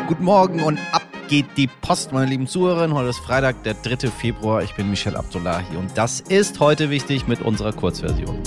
Guten Morgen und ab geht die Post, meine lieben Zuhörerinnen. Heute ist Freitag, der 3. Februar. Ich bin Michel Abdullahi und das ist heute wichtig mit unserer Kurzversion.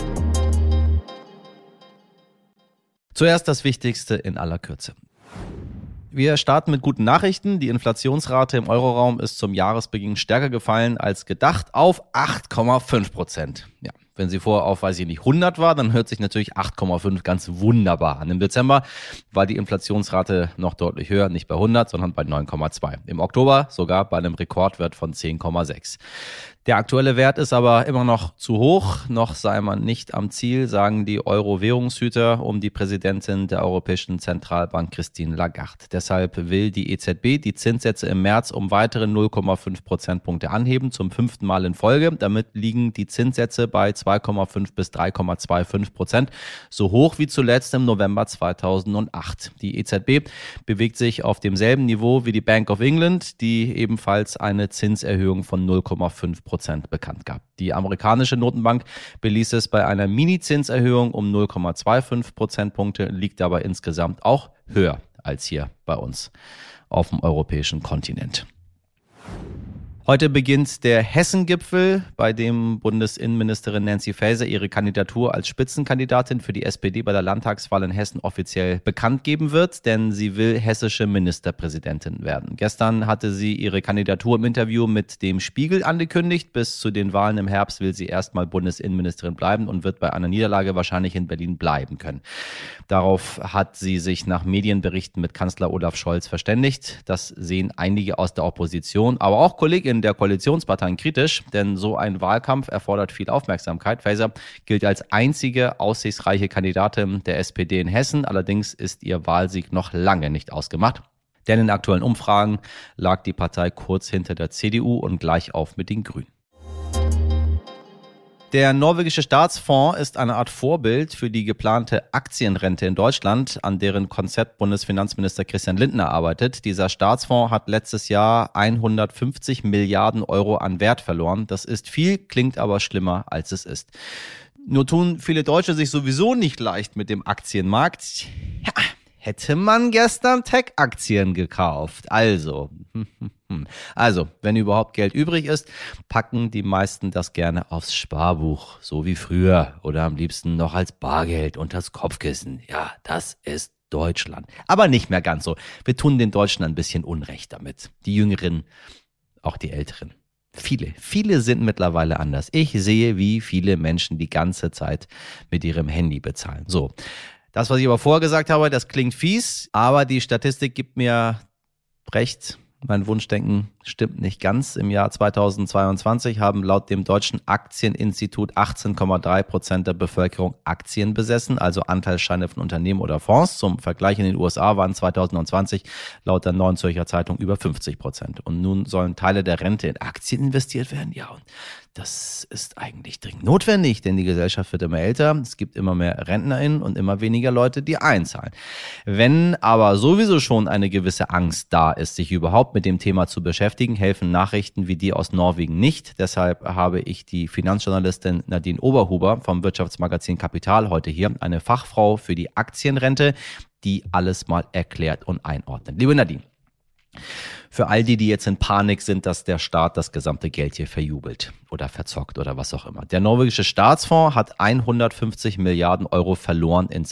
Zuerst das Wichtigste in aller Kürze. Wir starten mit guten Nachrichten. Die Inflationsrate im Euroraum ist zum Jahresbeginn stärker gefallen als gedacht auf 8,5%. Ja. Wenn sie vorher auf, 100 war, dann hört sich natürlich 8,5 ganz wunderbar an. Im Dezember war die Inflationsrate noch deutlich höher, nicht bei 100, sondern bei 9,2. Im Oktober sogar bei einem Rekordwert von 10,6. Der aktuelle Wert ist aber immer noch zu hoch. Noch sei man nicht am Ziel, sagen die Euro-Währungshüter um die Präsidentin der Europäischen Zentralbank Christine Lagarde. Deshalb will die EZB die Zinssätze im März um weitere 0,5 Prozentpunkte anheben, zum 5. Mal in Folge. Damit liegen die Zinssätze bei 2,5 bis 3,25%, so hoch wie zuletzt im November 2008. Die EZB bewegt sich auf demselben Niveau wie die Bank of England, die ebenfalls eine Zinserhöhung von 0,5% bekannt gab. Die amerikanische Notenbank beließ es bei einer Mini-Zinserhöhung um 0,25 Prozentpunkte, liegt aber insgesamt auch höher als hier bei uns auf dem europäischen Kontinent. Heute beginnt der Hessen-Gipfel, bei dem Bundesinnenministerin Nancy Faeser ihre Kandidatur als Spitzenkandidatin für die SPD bei der Landtagswahl in Hessen offiziell bekannt geben wird, denn sie will hessische Ministerpräsidentin werden. Gestern hatte sie ihre Kandidatur im Interview mit dem Spiegel angekündigt. Bis zu den Wahlen im Herbst will sie erstmal Bundesinnenministerin bleiben und wird bei einer Niederlage wahrscheinlich in Berlin bleiben können. Darauf hat sie sich nach Medienberichten mit Kanzler Olaf Scholz verständigt. Das sehen einige aus der Opposition, aber auch Kolleginnen der Koalitionsparteien kritisch, denn so ein Wahlkampf erfordert viel Aufmerksamkeit. Faeser gilt als einzige aussichtsreiche Kandidatin der SPD in Hessen. Allerdings ist ihr Wahlsieg noch lange nicht ausgemacht. Denn in aktuellen Umfragen lag die Partei kurz hinter der CDU und gleich auf mit den Grünen. Der norwegische Staatsfonds ist eine Art Vorbild für die geplante Aktienrente in Deutschland, an deren Konzept Bundesfinanzminister Christian Lindner arbeitet. Dieser Staatsfonds hat letztes Jahr 150 Milliarden Euro an Wert verloren. Das ist viel, klingt aber schlimmer, als es ist. Nur tun viele Deutsche sich sowieso nicht leicht mit dem Aktienmarkt. Ja, hätte man gestern Tech-Aktien gekauft. Also, wenn überhaupt Geld übrig ist, packen die meisten das gerne aufs Sparbuch, so wie früher oder am liebsten noch als Bargeld unters Kopfkissen. Ja, das ist Deutschland. Aber nicht mehr ganz so. Wir tun den Deutschen ein bisschen Unrecht damit. Die Jüngeren, auch die Älteren. Viele sind mittlerweile anders. Ich sehe, wie viele Menschen die ganze Zeit mit ihrem Handy bezahlen. So. Das, was ich aber vorher gesagt habe, das klingt fies, aber die Statistik gibt mir recht. Mein Wunschdenken stimmt nicht ganz. Im Jahr 2022 haben laut dem Deutschen Aktieninstitut 18,3% der Bevölkerung Aktien besessen, also Anteilsscheine von Unternehmen oder Fonds. Zum Vergleich in den USA waren 2020 laut der Neuen Zürcher Zeitung über 50%. Und nun sollen Teile der Rente in Aktien investiert werden. Ja, und das ist eigentlich dringend notwendig, denn die Gesellschaft wird immer älter, es gibt immer mehr RentnerInnen und immer weniger Leute, die einzahlen. Wenn aber sowieso schon eine gewisse Angst da ist, sich überhaupt mit dem Thema zu beschäftigen, helfen Nachrichten wie die aus Norwegen nicht. Deshalb habe ich die Finanzjournalistin Nadine Oberhuber vom Wirtschaftsmagazin Kapital heute hier, eine Fachfrau für die Aktienrente, die alles mal erklärt und einordnet. Liebe Nadine, für all die jetzt in Panik sind, dass der Staat das gesamte Geld hier verjubelt oder verzockt oder was auch immer. Der norwegische Staatsfonds hat 150 Milliarden Euro verloren in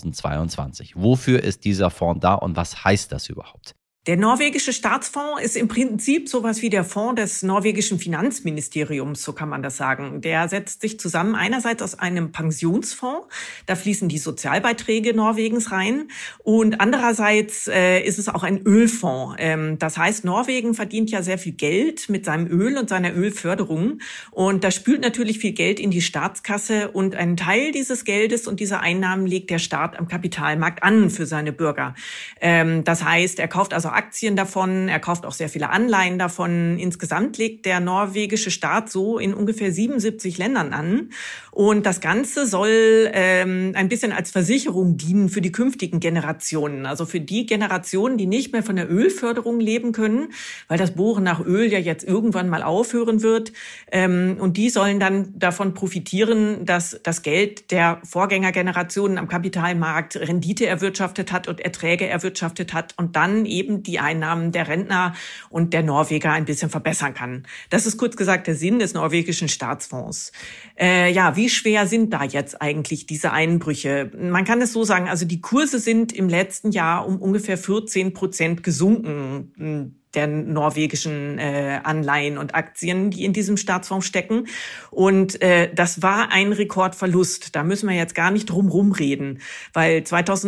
2022. Wofür ist dieser Fonds da und was heißt das überhaupt? Der norwegische Staatsfonds ist im Prinzip sowas wie der Fonds des norwegischen Finanzministeriums, so kann man das sagen. Der setzt sich zusammen einerseits aus einem Pensionsfonds, da fließen die Sozialbeiträge Norwegens rein, und andererseits ist es auch ein Ölfonds. Das heißt, Norwegen verdient ja sehr viel Geld mit seinem Öl und seiner Ölförderung, und da spült natürlich viel Geld in die Staatskasse, und einen Teil dieses Geldes und dieser Einnahmen legt der Staat am Kapitalmarkt an für seine Bürger. Das heißt, er kauft also Aktien davon, er kauft auch sehr viele Anleihen davon. Insgesamt legt der norwegische Staat so in ungefähr 77 Ländern an. Und das Ganze soll ein bisschen als Versicherung dienen für die künftigen Generationen. Also für die Generationen, die nicht mehr von der Ölförderung leben können, weil das Bohren nach Öl ja jetzt irgendwann mal aufhören wird. Und die sollen dann davon profitieren, dass das Geld der Vorgängergenerationen am Kapitalmarkt Rendite erwirtschaftet hat und Erträge erwirtschaftet hat und dann eben eben die Einnahmen der Rentner und der Norweger ein bisschen verbessern kann. Das ist kurz gesagt der Sinn des norwegischen Staatsfonds. Wie schwer sind da jetzt eigentlich diese Einbrüche? Man kann es so sagen, also die Kurse sind im letzten Jahr um ungefähr 14% gesunken, der norwegischen Anleihen und Aktien, die in diesem Staatsfonds stecken. Und das war ein Rekordverlust. Da müssen wir jetzt gar nicht drum rumreden, weil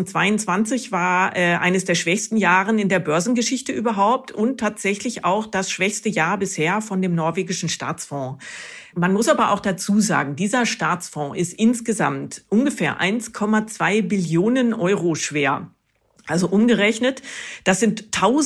2022 war eines der schwächsten Jahre in der Börsengeschichte überhaupt und tatsächlich auch das schwächste Jahr bisher von dem norwegischen Staatsfonds. Man muss aber auch dazu sagen, dieser Staatsfonds ist insgesamt ungefähr 1,2 Billionen Euro schwer. Also umgerechnet, das sind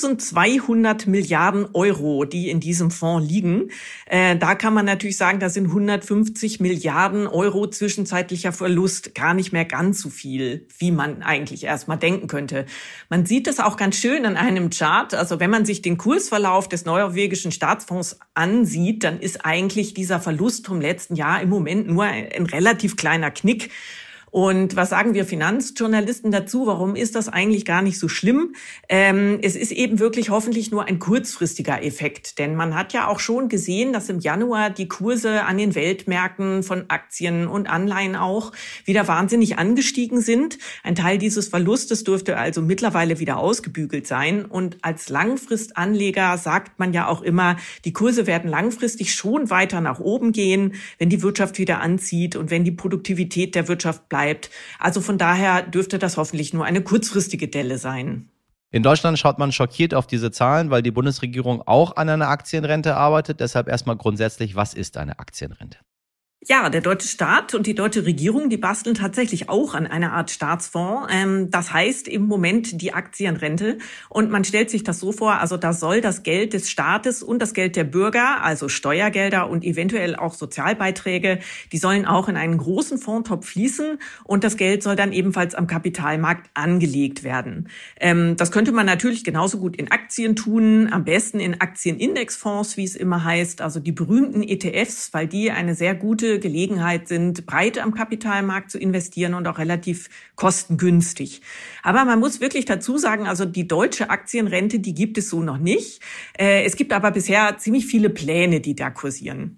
1200 Milliarden Euro, die in diesem Fonds liegen. Da kann man natürlich sagen, das sind 150 Milliarden Euro zwischenzeitlicher Verlust. Gar nicht mehr ganz so viel, wie man eigentlich erstmal denken könnte. Man sieht das auch ganz schön an einem Chart. Also wenn man sich den Kursverlauf des norwegischen Staatsfonds ansieht, dann ist eigentlich dieser Verlust vom letzten Jahr im Moment nur ein relativ kleiner Knick. Und was sagen wir Finanzjournalisten dazu? Warum ist das eigentlich gar nicht so schlimm? Es ist eben wirklich hoffentlich nur ein kurzfristiger Effekt. Denn man hat ja auch schon gesehen, dass im Januar die Kurse an den Weltmärkten von Aktien und Anleihen auch wieder wahnsinnig angestiegen sind. Ein Teil dieses Verlustes dürfte also mittlerweile wieder ausgebügelt sein. Und als Langfristanleger sagt man ja auch immer, die Kurse werden langfristig schon weiter nach oben gehen, wenn die Wirtschaft wieder anzieht und wenn die Produktivität der Wirtschaft bleibt. Also von daher dürfte das hoffentlich nur eine kurzfristige Delle sein. In Deutschland schaut man schockiert auf diese Zahlen, weil die Bundesregierung auch an einer Aktienrente arbeitet. Deshalb erstmal grundsätzlich, was ist eine Aktienrente? Ja, der deutsche Staat und die deutsche Regierung, die basteln tatsächlich auch an einer Art Staatsfonds. Das heißt im Moment die Aktienrente. Und man stellt sich das so vor, also da soll das Geld des Staates und das Geld der Bürger, also Steuergelder und eventuell auch Sozialbeiträge, die sollen auch in einen großen Fondstopf fließen. Und das Geld soll dann ebenfalls am Kapitalmarkt angelegt werden. Das könnte man natürlich genauso gut in Aktien tun, am besten in Aktienindexfonds, wie es immer heißt, also die berühmten ETFs, weil die eine sehr gute Gelegenheit sind, breit am Kapitalmarkt zu investieren und auch relativ kostengünstig. Aber man muss wirklich dazu sagen, also die deutsche Aktienrente, die gibt es so noch nicht. Es gibt aber bisher ziemlich viele Pläne, die da kursieren.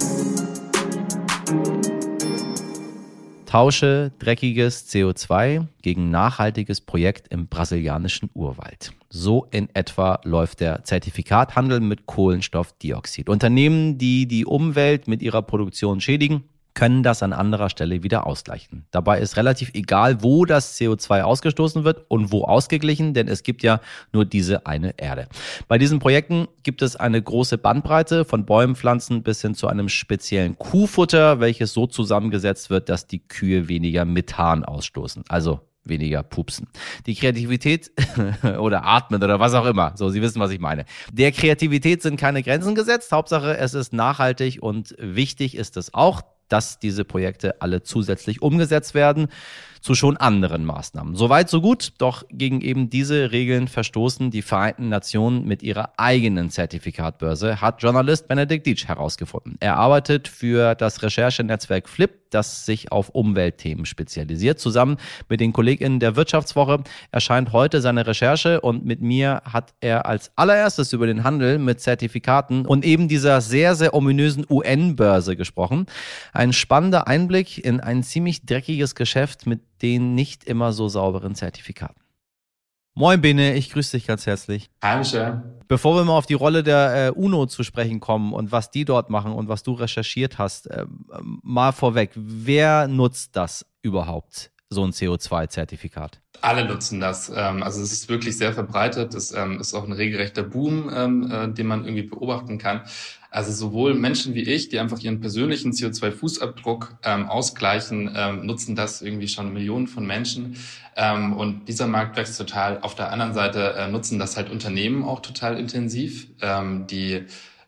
Tausche dreckiges CO2 gegen nachhaltiges Projekt im brasilianischen Urwald. So in etwa läuft der Zertifikathandel mit Kohlenstoffdioxid. Unternehmen, die die Umwelt mit ihrer Produktion schädigen, können das an anderer Stelle wieder ausgleichen. Dabei ist relativ egal, wo das CO2 ausgestoßen wird und wo ausgeglichen, denn es gibt ja nur diese eine Erde. Bei diesen Projekten gibt es eine große Bandbreite von Bäumen, Pflanzen bis hin zu einem speziellen Kuhfutter, welches so zusammengesetzt wird, dass die Kühe weniger Methan ausstoßen. Also weniger pupsen. Die Kreativität oder atmen oder was auch immer. So, Sie wissen, was ich meine. Der Kreativität sind keine Grenzen gesetzt. Hauptsache, es ist nachhaltig und wichtig ist es auch, dass diese Projekte alle zusätzlich umgesetzt werden zu schon anderen Maßnahmen. Soweit, so gut, doch gegen eben diese Regeln verstoßen die Vereinten Nationen mit ihrer eigenen Zertifikatbörse, hat Journalist Benedikt Dietsch herausgefunden. Er arbeitet für das Recherchenetzwerk Flip, das sich auf Umweltthemen spezialisiert. Zusammen mit den KollegInnen der Wirtschaftswoche erscheint heute seine Recherche und mit mir hat er als allererstes über den Handel mit Zertifikaten und eben dieser sehr, sehr ominösen UN-Börse gesprochen. Ein spannender Einblick in ein ziemlich dreckiges Geschäft mit den nicht immer so sauberen Zertifikaten. Moin Bene, ich grüße dich ganz herzlich. Hi Michel. Bevor wir mal auf die Rolle der UNO zu sprechen kommen und was die dort machen und was du recherchiert hast, mal vorweg, wer nutzt das überhaupt, so ein CO2-Zertifikat? Alle nutzen das. Also es ist wirklich sehr verbreitet. Es ist auch ein regelrechter Boom, den man irgendwie beobachten kann. Also sowohl Menschen wie ich, die einfach ihren persönlichen CO2-Fußabdruck ausgleichen, nutzen das irgendwie schon Millionen von Menschen. Und dieser Markt wächst total. Auf der anderen Seite nutzen das halt Unternehmen auch total intensiv, die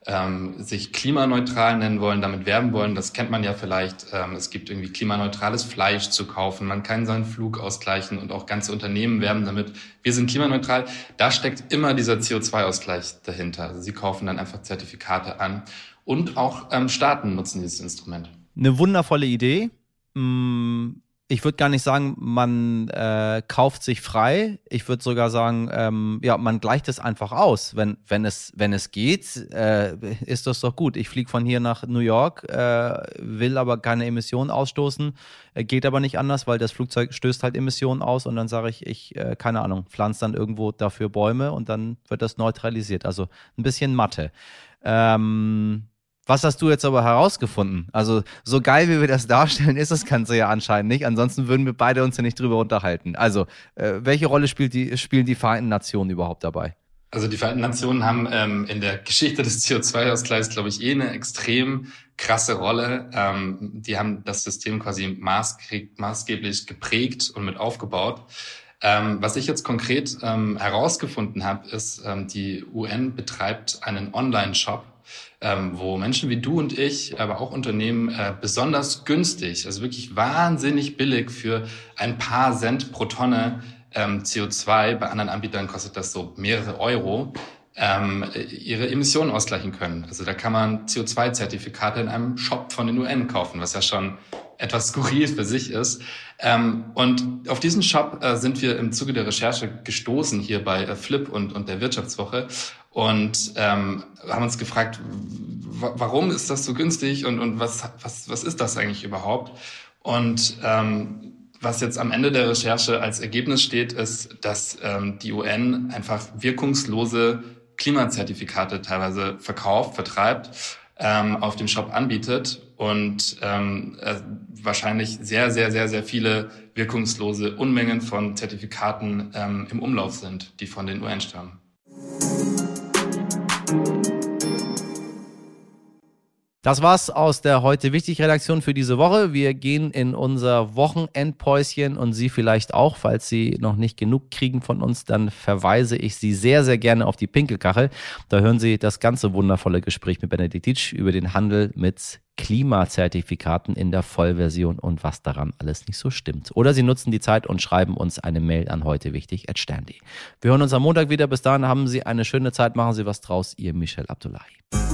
sich klimaneutral nennen wollen, damit werben wollen. Das kennt man ja vielleicht. Es gibt irgendwie klimaneutrales Fleisch zu kaufen. Man kann seinen Flug ausgleichen und auch ganze Unternehmen werben damit. Wir sind klimaneutral. Da steckt immer dieser CO2-Ausgleich dahinter. Also sie kaufen dann einfach Zertifikate an. Und auch Staaten nutzen dieses Instrument. Eine wundervolle Idee. Ich würde gar nicht sagen, man kauft sich frei. Ich würde sogar sagen, man gleicht es einfach aus. Wenn es geht, ist das doch gut. Ich fliege von hier nach New York, will aber keine Emissionen ausstoßen, geht aber nicht anders, weil das Flugzeug stößt halt Emissionen aus und dann sage ich keine Ahnung, pflanze dann irgendwo dafür Bäume und dann wird das neutralisiert. Also ein bisschen Mathe. Was hast du jetzt aber herausgefunden? Also so geil, wie wir das darstellen, ist das Ganze ja anscheinend nicht. Ansonsten würden wir beide uns ja nicht drüber unterhalten. Also welche Rolle spielen die Vereinten Nationen überhaupt dabei? Also die Vereinten Nationen haben in der Geschichte des CO2-Ausgleichs, glaube ich, eine extrem krasse Rolle. Die haben das System quasi maßgeblich geprägt und mit aufgebaut. Was ich jetzt konkret herausgefunden habe, ist, die UN betreibt einen Online-Shop, wo Menschen wie du und ich, aber auch Unternehmen besonders günstig, also wirklich wahnsinnig billig für ein paar Cent pro Tonne CO2, bei anderen Anbietern kostet das so mehrere Euro, ihre Emissionen ausgleichen können. Also da kann man CO2-Zertifikate in einem Shop von den UN kaufen, was ja schon etwas skurril für sich ist. Und auf diesen Shop sind wir im Zuge der Recherche gestoßen hier bei Flip und der Wirtschaftswoche und haben uns gefragt, warum ist das so günstig und was ist das eigentlich überhaupt? Und was jetzt am Ende der Recherche als Ergebnis steht, ist, dass die UN einfach wirkungslose Klimazertifikate teilweise vertreibt, auf dem Shop anbietet und wahrscheinlich sehr, sehr, sehr, sehr viele wirkungslose Unmengen von Zertifikaten im Umlauf sind, die von den UN stammen. Das war's aus der Heute Wichtig Redaktion für diese Woche. Wir gehen in unser Wochenendpäuschen und Sie vielleicht auch. Falls Sie noch nicht genug kriegen von uns, dann verweise ich Sie sehr, sehr gerne auf die Pinkelkachel. Da hören Sie das ganze wundervolle Gespräch mit Benedikt Ditsch über den Handel mit Klimazertifikaten in der Vollversion und was daran alles nicht so stimmt. Oder Sie nutzen die Zeit und schreiben uns eine Mail an heutewichtig@stern.de. Wir hören uns am Montag wieder. Bis dahin haben Sie eine schöne Zeit. Machen Sie was draus. Ihr Michel Abdullahi.